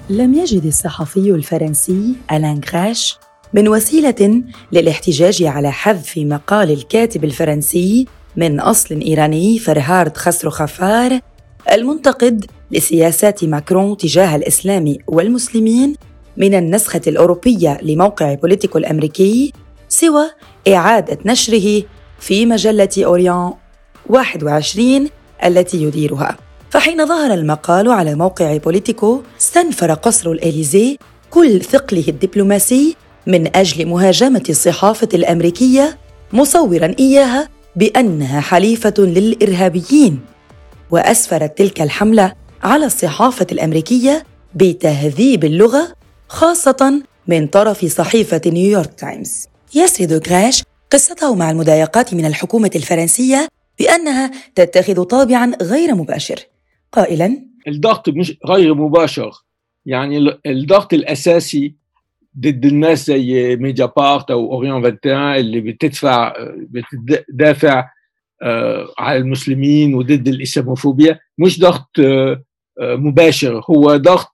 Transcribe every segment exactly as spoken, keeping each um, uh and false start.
لم يجد الصحفي الفرنسي ألان غراش من وسيلة للاحتجاج على حذف مقال الكاتب الفرنسي من أصل إيراني فرهاد خسروخفار المنتقد لسياسات ماكرون تجاه الإسلام والمسلمين من النسخة الأوروبية لموقع بوليتيكو الأمريكي، سوى إعادة نشره في مجلة أوريون واحد وعشرين التي يديرها. فحين ظهر المقال على موقع بوليتيكو استنفر قصر الإليزيه كل ثقله الدبلوماسي من أجل مهاجمة الصحافة الأمريكية، مصوراً إياها بأنها حليفة للإرهابيين. وأسفرت تلك الحملة على الصحافة الأمريكية بتهذيب اللغة، خاصة من طرف صحيفة نيويورك تايمز. يسرد غراش قصته مع المضايقات من الحكومة الفرنسية بأنها تتخذ طابعاً غير مباشر، قائلاً: الضغط مش غير مباشر، يعني الضغط الأساسي ضد الناس زي ميديا بارت أو أوريون واحد وعشرين اللي بتدفع بتدافع على المسلمين وضد الإسلاموفوبيا، مش ضغط مباشر، هو ضغط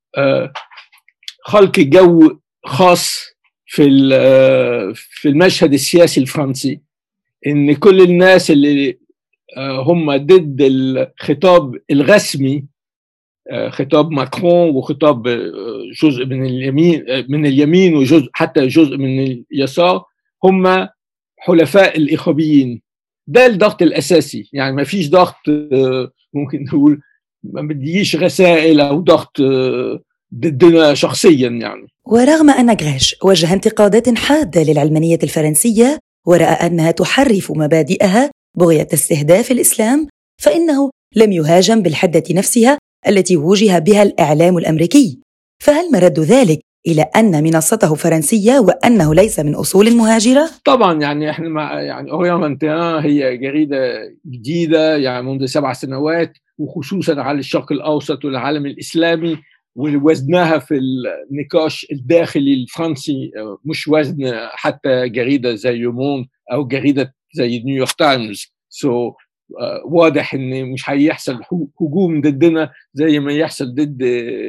خلق جو خاص في في المشهد السياسي الفرنسي، إن كل الناس اللي هم ضد الخطاب الرسمي، خطاب ماكرون وخطاب جزء من اليمين من اليمين وجزء حتى جزء من اليسار، هم حلفاء الإخوانيين. ده الضغط الأساسي، يعني ما فيش ضغط ممكن نقول ما بديش رسائل أو ضغط ضدنا شخصيا يعني. ورغم أن غراش وجه انتقادات حادة للعلمانية الفرنسية ورأى أنها تحرف مبادئها بغية استهداف الإسلام، فإنه لم يهاجم بالحدة نفسها التي وجه بها الإعلام الأمريكي. فهل مرد ذلك إلى أن منصته فرنسية وأنه ليس من أصول مهاجرة؟ طبعا يعني إحنا مع يعني أوريون واحد وعشرين هي جريدة جديدة يعني منذ سبع سنوات، وخصوصا على الشرق الأوسط والعالم الإسلامي، ووزنها في النقاش الداخلي الفرنسي مش وزن حتى جريدة زي لوموند أو جريدة زي نيويورك تايمز. سو so, uh, واضح إن مش هيحصل هجوم ضدنا زي ما يحصل ضد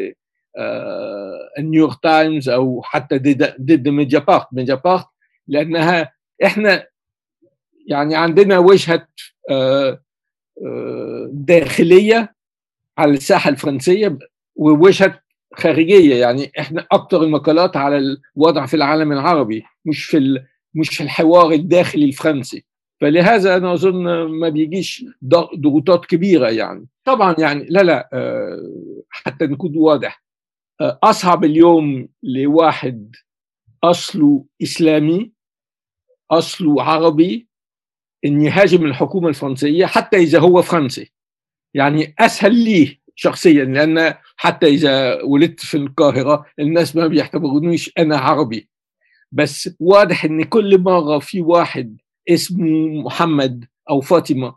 uh, نيويورك تايمز أو حتى ضد ضد ميديا بارت ميديا بارت لأنها إحنا يعني عندنا وجهة uh, uh, داخلية على الساحة الفرنسية ووجهة خارجية، يعني إحنا أكتر المقالات على الوضع في العالم العربي مش في مش في الحوار الداخلي الفرنسي. فلهذا أنا أظن ما بيجيش ضغوطات كبيرة يعني. طبعا يعني لا لا حتى نكون واضح، أصعب اليوم لواحد أصله إسلامي أصله عربي إن يهاجم الحكومة الفرنسية حتى إذا هو فرنسي، يعني أسهل ليه شخصيا، لأن حتى إذا ولدت في القاهرة الناس ما بيعتبرونيش أنا عربي، بس واضح إن كل مرة في واحد اسمه محمد أو فاطمة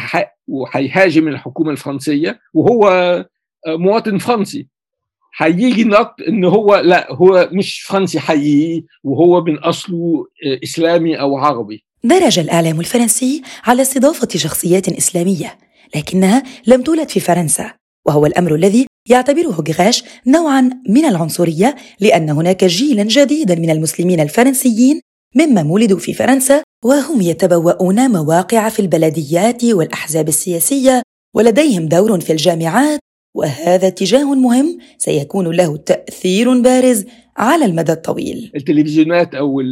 وهيهاجم الحكومة الفرنسية وهو مواطن فرنسي، هيجي نقد إن هو لا هو مش فرنسي حقيقي وهو من أصله إسلامي أو عربي. درج الإعلام الفرنسي على استضافة شخصيات إسلامية لكنها لم تولد في فرنسا، وهو الأمر الذي يعتبره غراش نوعاً من العنصرية، لأن هناك جيلاً جديداً من المسلمين الفرنسيين ممن ولدوا في فرنسا وهم يتبوؤون مواقع في البلديات والأحزاب السياسية ولديهم دور في الجامعات، وهذا اتجاه مهم سيكون له تأثير بارز على المدى الطويل. التلفزيونات أو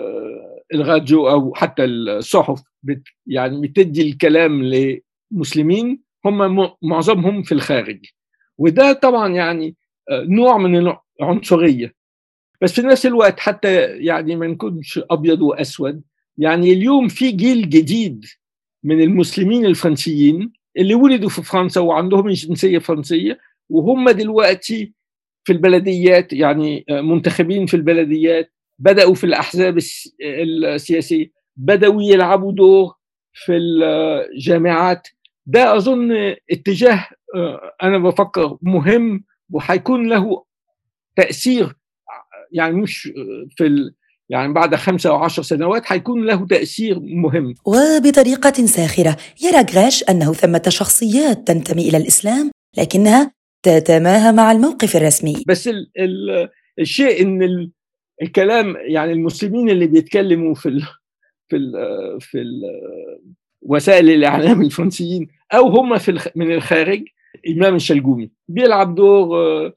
الراديو أو حتى الصحف بت يعني بتدي الكلام لمسلمين هم معظمهم في الخارج، وده طبعا يعني نوع من العنصرية. بس في نفس الوقت حتى يعني ما نكونش أبيض وأسود، يعني اليوم في جيل جديد من المسلمين الفرنسيين اللي ولدوا في فرنسا وعندهم الجنسية فرنسية، وهم دلوقتي في البلديات يعني منتخبين في البلديات، بدأوا في الأحزاب السياسية، بدأوا يلعبوا دور في الجامعات. ده أظن اتجاه أنا بفكر مهم وحيكون له تأثير، يعني مش في ال... يعني بعد خمسة أو عشر سنوات حيكون له تأثير مهم. وبطريقة ساخرة يرى غراش أنه ثمة شخصيات تنتمي إلى الإسلام لكنها تتماهى مع الموقف الرسمي. بس ال ال الشيء إن ال الكلام يعني المسلمين اللي بيتكلموا في ال في ال في ال وسائل الإعلام الفرنسيين أو هم في من الخارج، إمام الشلجومي بيلعب دور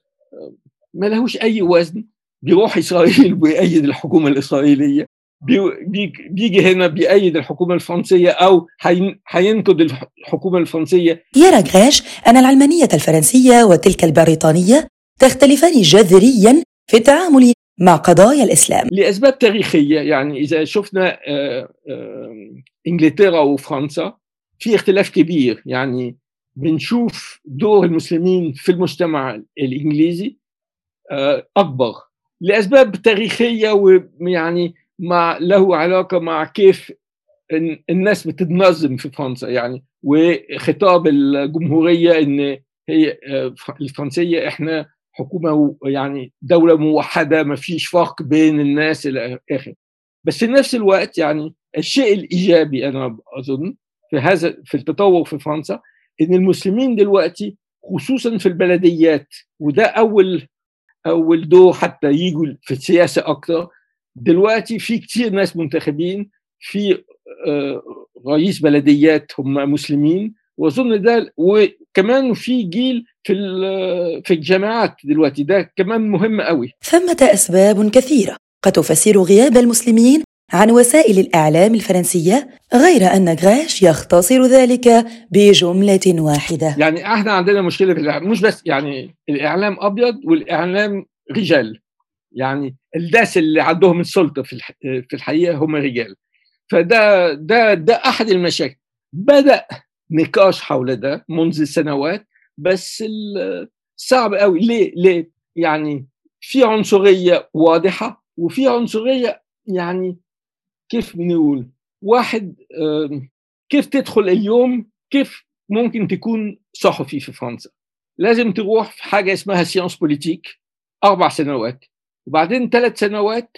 ما لهوش أي وزن، بيروح إسرائيل ويأيد الحكومة الإسرائيلية، بيجي هنا بيأيد الحكومة الفرنسية أو هينقد الحكومة الفرنسية. يرى غريش أن العلمانية الفرنسية وتلك البريطانية تختلفان جذرياً في التعامل مع قضايا الإسلام لأسباب تاريخية. يعني إذا شفنا إنجلترا وفرنسا في اختلاف كبير، يعني بنشوف دور المسلمين في المجتمع الإنجليزي أكبر لأسباب تاريخية، ويعني مع له علاقة مع كيف الناس بتتنظم في فرنسا، يعني وخطاب الجمهورية إن هي الفرنسية إحنا حكومة يعني دولة موحدة ما فيش فرق بين الناس إلى آخره. بس في نفس الوقت يعني الشيء الإيجابي أنا أظن في هذا في التطور في فرنسا إن المسلمين دلوقتي خصوصا في البلديات، وده أول أول دور حتى يجوا في السياسة أكتر. دلوقتي في كتير ناس منتخبين في رئيس بلديات هم مسلمين، وأظن ده وكمان في جيل في في الجامعات دلوقتي، ده كمان مهم قوي. ثمة أسباب كثيرة قد تفسر غياب المسلمين عن وسائل الإعلام الفرنسية، غير أن غريش يختصر ذلك بجملة واحدة. يعني احنا عندنا مشكلة في الإعلام، مش بس يعني الإعلام أبيض والإعلام رجال، يعني الناس اللي عندهم السلطة في في الحقيقة هم رجال. فده ده ده أحد المشاكل. بدأ نقاش حول ده منذ سنوات، بس صعب قوي. ليه؟ ليه؟ يعني في عنصرية واضحة وفي عنصرية يعني كيف نقول واحد كيف تدخل اليوم، كيف ممكن تكون صحفي في فرنسا لازم تروح في حاجة اسمها سيانس بوليتيك أربع سنوات، وبعدين ثلاث سنوات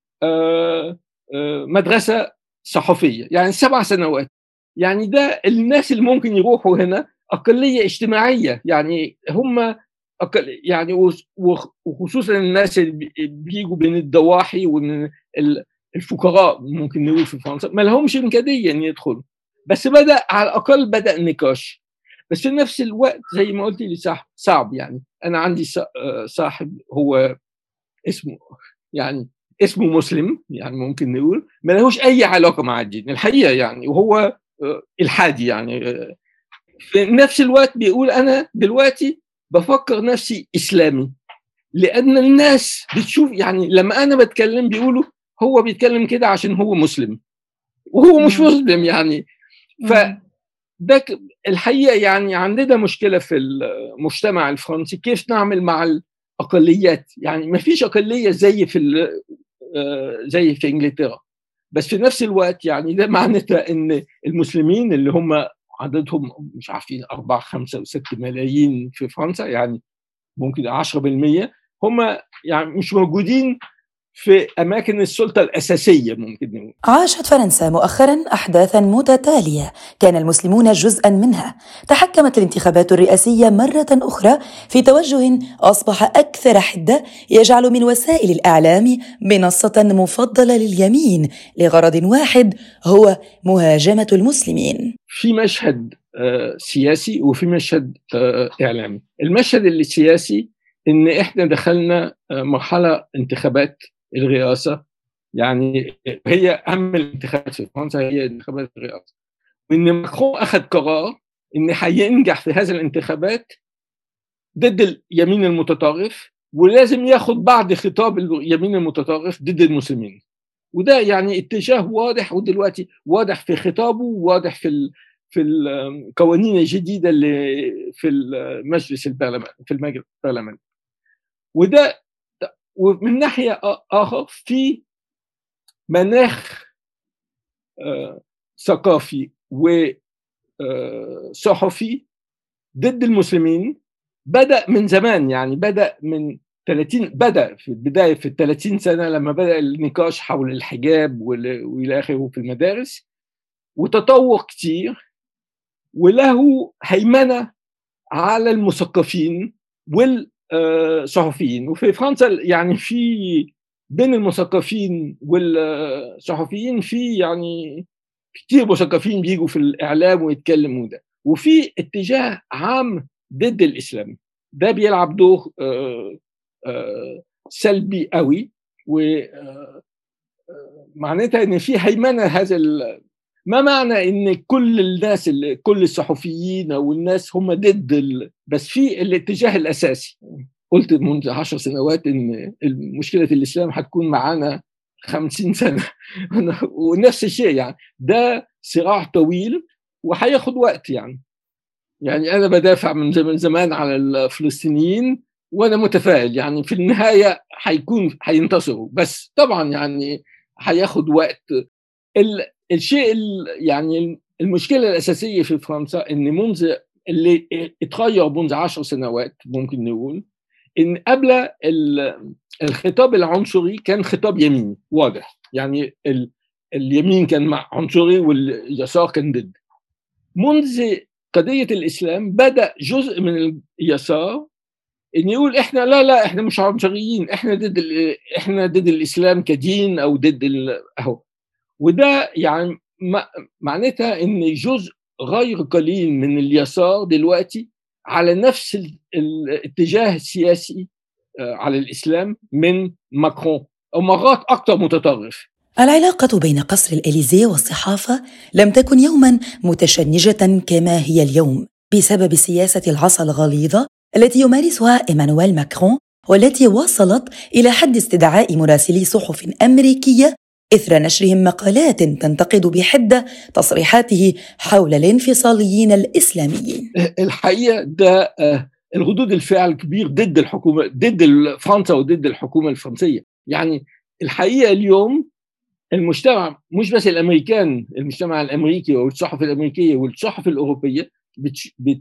مدرسة صحفية، يعني سبع سنوات. يعني ده الناس اللي ممكن يروحوا هنا أقلية اجتماعية، يعني هم أقل يعني، وخصوصا الناس اللي بيجوا بين الضواحي ومن الفقراء ممكن نقول في فرنسا ما لهمش إمكانية أن يدخلوا. بس بدأ على الأقل بدأ النقاش. بس في نفس الوقت زي ما قلت لي صعب. يعني أنا عندي صاحب هو اسمه يعني اسمه مسلم، يعني ممكن نقول ما لهوش أي علاقة مع الدين الحقيقة، يعني وهو الحادي. يعني في نفس الوقت بيقول أنا دلوقتي بفكر نفسي إسلامي، لأن الناس بتشوف يعني لما أنا بتكلم بيقولوا هو بيتكلم كده عشان هو مسلم وهو مش مسلم يعني. فده الحقيقة يعني عندنا مشكلة في المجتمع الفرنسي كيف نعمل مع الأقليات. يعني ما فيش أقلية زي في زي في إنجلترا، بس في نفس الوقت يعني ده معناته إن المسلمين اللي هم عددهم مش عارفين أربعة خمسة وست ملايين في فرنسا، يعني ممكن عشرة بالمية هم يعني مش موجودين في أماكن السلطة الأساسية ممكن نقول. عاشت فرنسا مؤخراً أحداثاً متتالية كان المسلمون جزءاً منها. تحكمت الانتخابات الرئاسية مرة أخرى في توجه أصبح أكثر حدة يجعل من وسائل الإعلام منصة مفضلة لليمين لغرض واحد هو مهاجمة المسلمين. في مشهد آه سياسي وفي مشهد آه إعلامي. المشهد السياسي إن إحنا دخلنا آه مرحلة انتخابات الرئاسة، يعني هي أهم الانتخابات في فرنسا هي انتخابات الرئاسة، وإن ماكرون أخذ قرار إن هينجح في هذه الانتخابات ضد اليمين المتطرف، ولازم ياخد بعض خطاب اليمين المتطرف ضد المسلمين. وده يعني اتجاه واضح، ودلوقتي واضح في خطابه، واضح في ال في القوانين الجديدة اللي في المجلس البرلمان في المجلس البرلمان. وده ومن ناحية آخر في مناخ آه ثقافي وصحفي ضد المسلمين بدأ من زمان. يعني بدأ من ثلاثين بدأ في البداية في الثلاثين سنة لما بدأ النقاش حول الحجاب وإلى آخره في المدارس، وتطور كتير وله هيمنة على المثقفين والصحفيين. وفي فرنسا يعني في بين المثقفين والصحفيين في يعني كتير مثقفين بيجوا في الإعلام ويتكلموا ده، وفي اتجاه عام ضد الإسلام ده بيلعب دور سلبي قوي، ومعناتها ان في هيمنه. هذا ما معنى ان كل الناس اللي كل الصحفيين او الناس هم ضد ال... بس في الاتجاه الاساسي. قلت منذ عشر سنوات ان مشكله الاسلام هتكون معانا خمسين سنه ونفس الشيء. يعني ده صراع طويل وهياخد وقت. يعني يعني انا بدافع من زمان زمان على الفلسطينيين وانا متفائل يعني في النهايه هيكون هينتصروا، بس طبعا يعني هياخد وقت. ال... الشيء ال... يعني المشكله الاساسيه في فرنسا ان منذ اللي اتغير منذ عشر سنوات ممكن نقول ان قبل ال... الخطاب العنصري كان خطاب يميني واضح. يعني ال... اليمين كان مع عنصري واليسار كان ضد. منذ قضيه الاسلام بدا جزء من اليسار ان يقول احنا لا لا احنا مش عنصريين، احنا ضد احنا ضد الاسلام كدين او ضد اهو. وده يعني معناتها ان جزء غير قليل من اليسار دلوقتي على نفس الاتجاه السياسي على الاسلام من ماكرون، او مرات اكثر متطرف. العلاقة بين قصر الإليزيه والصحافة لم تكن يوما متشنجة كما هي اليوم بسبب سياسة العصا الغليظة التي يمارسها إيمانويل ماكرون، والتي وصلت إلى حد استدعاء مراسلي صحف أمريكية إثر نشرهم مقالات تنتقد بحدة تصريحاته حول الانفصاليين الإسلاميين. الحقيقة ده الردود الفعل كبير ضد الحكومة، ضد فرنسا وضد الحكومة الفرنسية. يعني الحقيقة اليوم المجتمع مش بس الأمريكان، المجتمع الأمريكي والصحف الأمريكية والصحف الأوروبية بتش... بت...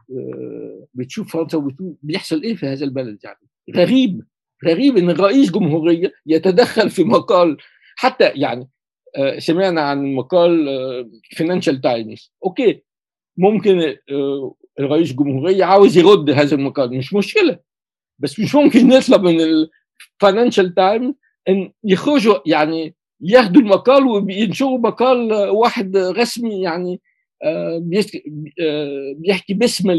بتشوف فرنسا وبتقول بيحصل إيه في هذا البلد. يعني غريب غريب إن رئيس جمهورية يتدخل في مقال. حتى يعني سمعنا عن مقال فينانشال تايمز، أوكي ممكن الرئيس الجمهورية عاوز يرد هذا المقال، مش مشكلة، بس مش ممكن نطلب من الفاينانشال تايمز ان يخرجوا يعني ياخدوا المقال وينشروا مقال واحد رسمي يعني بيحكي باسم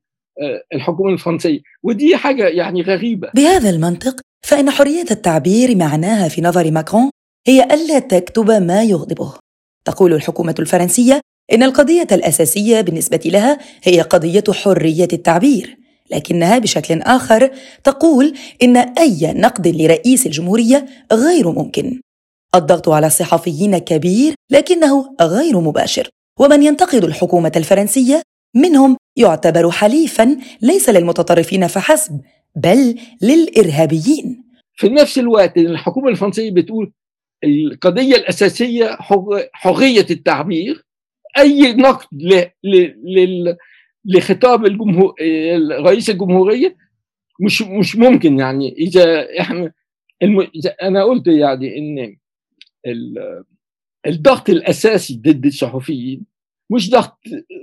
الحكومة الفرنسية. ودي حاجة يعني غريبة. بهذا المنطق فإن حرية التعبير معناها في نظر ماكرون هي ألا تكتب ما يغضبه. تقول الحكومة الفرنسية إن القضية الأساسية بالنسبة لها هي قضية حرية التعبير، لكنها بشكل آخر تقول إن أي نقد لرئيس الجمهورية غير ممكن. الضغط على الصحفيين كبير لكنه غير مباشر، ومن ينتقد الحكومة الفرنسية منهم يعتبر حليفاً ليس للمتطرفين فحسب بل للإرهابيين. في نفس الوقت الحكومة الفرنسية بتقول القضية الأساسية حرية التعبير. أي نقد ل... ل... لخطاب الجمهور رئيس الجمهورية مش مش ممكن. يعني إذا إحنا الم... إذا أنا قلت يعني إن ال... الضغط الأساسي ضد الصحفيين مش ضغط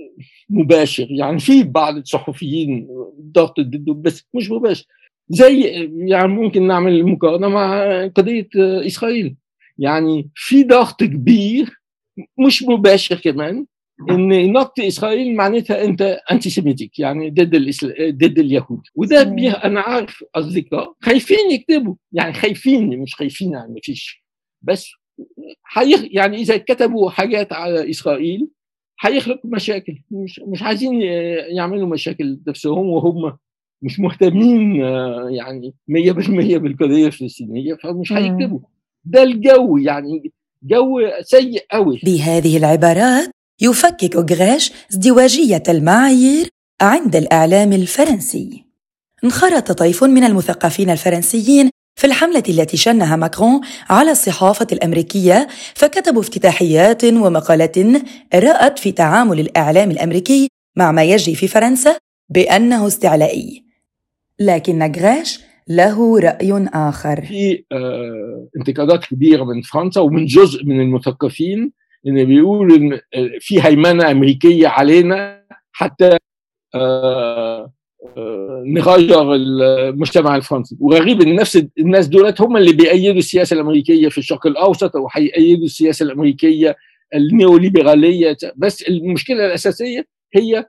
مباشر. يعني في بعض الصحفيين ضغط ضده بس مش مباشر، زي يعني ممكن نعمل مقارنة مع قضية إسرائيل. يعني في ضغط كبير مش مباشر كمان ان نقد اسرائيل معناتها انت انتي سيميتيك، يعني ضد الإسل... ضد اليهود. وده بيه انا عارف اصدقاء خايفين يكتبوا، يعني خايفين مش خايفين يعني مفيش، بس حيخ... يعني اذا كتبوا حاجات على اسرائيل هيخلقوا مشاكل. مش مش عايزين يعملوا مشاكل نفسهم وهم مش مهتمين يعني مية بالمية بالقضيه الفلسطينيه، فمش هيكتبوا. ده الجو يعني جو سيء قوي. بهذه العبارات يفكك غراش ازدواجية المعايير عند الإعلام الفرنسي. انخرط طيف من المثقفين الفرنسيين في الحملة التي شنها ماكرون على الصحافة الأمريكية، فكتبوا افتتاحيات ومقالات رأت في تعامل الإعلام الأمريكي مع ما يجري في فرنسا بأنه استعلائي. لكن غراش له رأي آخر. في آه انتقادات كبيرة من فرنسا ومن جزء من المثقفين إن بيقولوا إن في هيمنة أمريكية علينا، حتى آه نغير المجتمع الفرنسي. وغريب ان نفس الناس دولت هم اللي بيأيدوا السياسه الامريكيه في الشرق الاوسط، او هيأيدوا السياسه الامريكيه النيوليبراليه. بس المشكله الاساسيه هي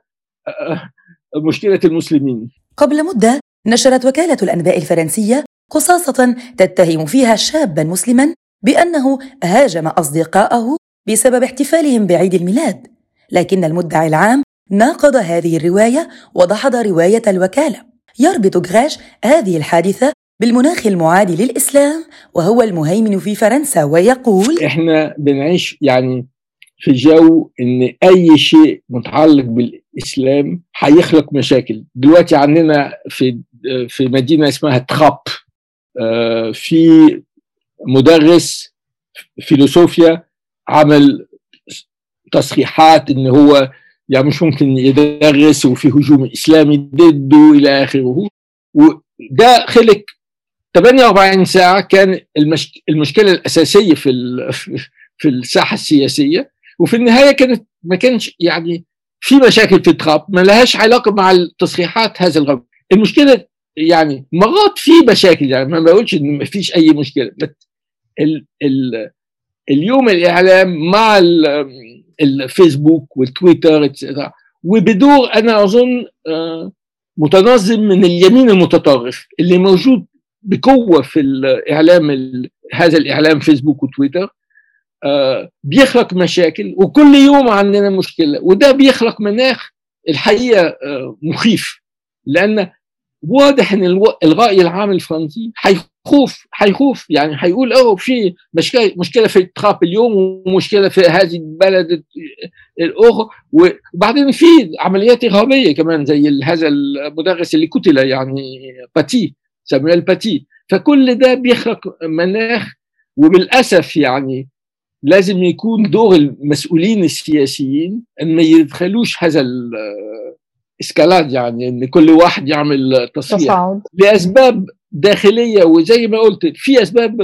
مشكله المسلمين. قبل مده نشرت وكاله الانباء الفرنسيه قصاصه تتهم فيها شابا مسلما بانه هاجم اصدقائه بسبب احتفالهم بعيد الميلاد، لكن المدعي العام ناقض هذه الرواية ودحض رواية الوكالة. يربط غراش هذه الحادثة بالمناخ المعادي للإسلام وهو المهيمن في فرنسا، ويقول: إحنا بنعيش يعني في جو إن أي شيء متعلق بالإسلام هيخلق مشاكل. دلوقتي عندنا في في مدينة اسمها تراب في مدرس فيلسوفيا عمل تصريحات إن هو يعني مش ممكن يدرس وفي هجوم إسلامي ضده إلى آخره. وده خلق ثمانية وأربعين ساعة كان المش... المشكلة الأساسية في ال... في الساحة السياسية. وفي النهاية كانت ما كانش يعني في مشاكل في تراب ما لهاش علاقة مع التصريحات هذا الرجل. المشكلة يعني مرات في مشاكل، يعني ما بقولش إن ما فيش أي مشكلة. ال... ال... اليوم الإعلام مع ال... الفيسبوك والتويتر وبدور أنا أظن متنظم من اليمين المتطرف اللي موجود بقوة في الإعلام، هذا الإعلام فيسبوك وتويتر بيخلق مشاكل، وكل يوم عندنا مشكلة. وده بيخلق مناخ الحقيقة مخيف، لأن واضح ان الرأي العام الفرنسي هيخوف هيخوف يعني هيقول اه في مشكله مشكله في تراب اليوم ومشكله في هذه البلد الاخرى، وبعدين في عمليات ارهابيه كمان زي هذا المدرس اللي قتل يعني باتي سامويل باتي. فكل ده بيخلق مناخ، وبالاسف يعني لازم يكون دور المسؤولين السياسيين ان ما يدخلوش هذا اسكالاد، يعني ان كل واحد يعمل تصريح لاسباب داخليه. وزي ما قلت في اسباب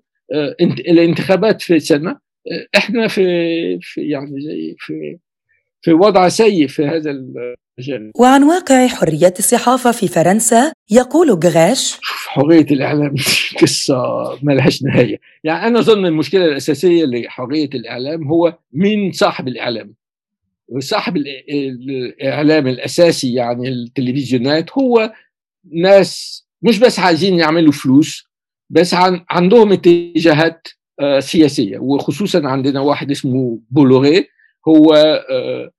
الانتخابات في سنه، احنا في, في يعني زي في في وضع سيء في هذا الجانب. وعن واقع حريه الصحافه في فرنسا يقول غراش: حريه الاعلام قصه ما لهاش نهايه. يعني انا اظن المشكله الاساسيه لحريه الاعلام هو مين صاحب الاعلام. وصاحب الإعلام الأساسي يعني التلفزيونات هو ناس مش بس عايزين يعملوا فلوس، بس عن عندهم اتجاهات آه سياسية. وخصوصا عندنا واحد اسمه بولوري، هو آه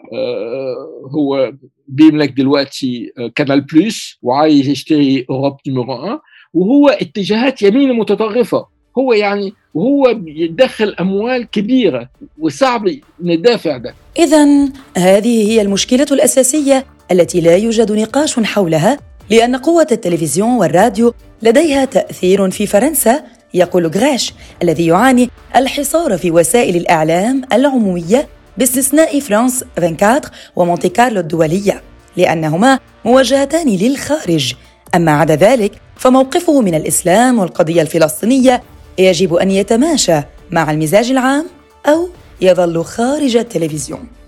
آه هو بيملك دلوقتي آه كانال بلس وعايز يشتري أوروب نمرو واحد، وهو اتجاهات يمين متطرفة. هو يعني وهو بيدخل أموال كبيرة وصعب ندافع ده. إذن هذه هي المشكلة الأساسية التي لا يوجد نقاش حولها، لأن قوة التلفزيون والراديو لديها تأثير في فرنسا، يقول غراش، الذي يعاني الحصار في وسائل الإعلام العمومية باستثناء فرانس أربعة وعشرين ومونتي كارلو الدولية، لأنهما موجهتان للخارج. أما عدا ذلك فموقفه من الإسلام والقضية الفلسطينية يجب أن يتماشى مع المزاج العام أو يظل خارج التلفزيون.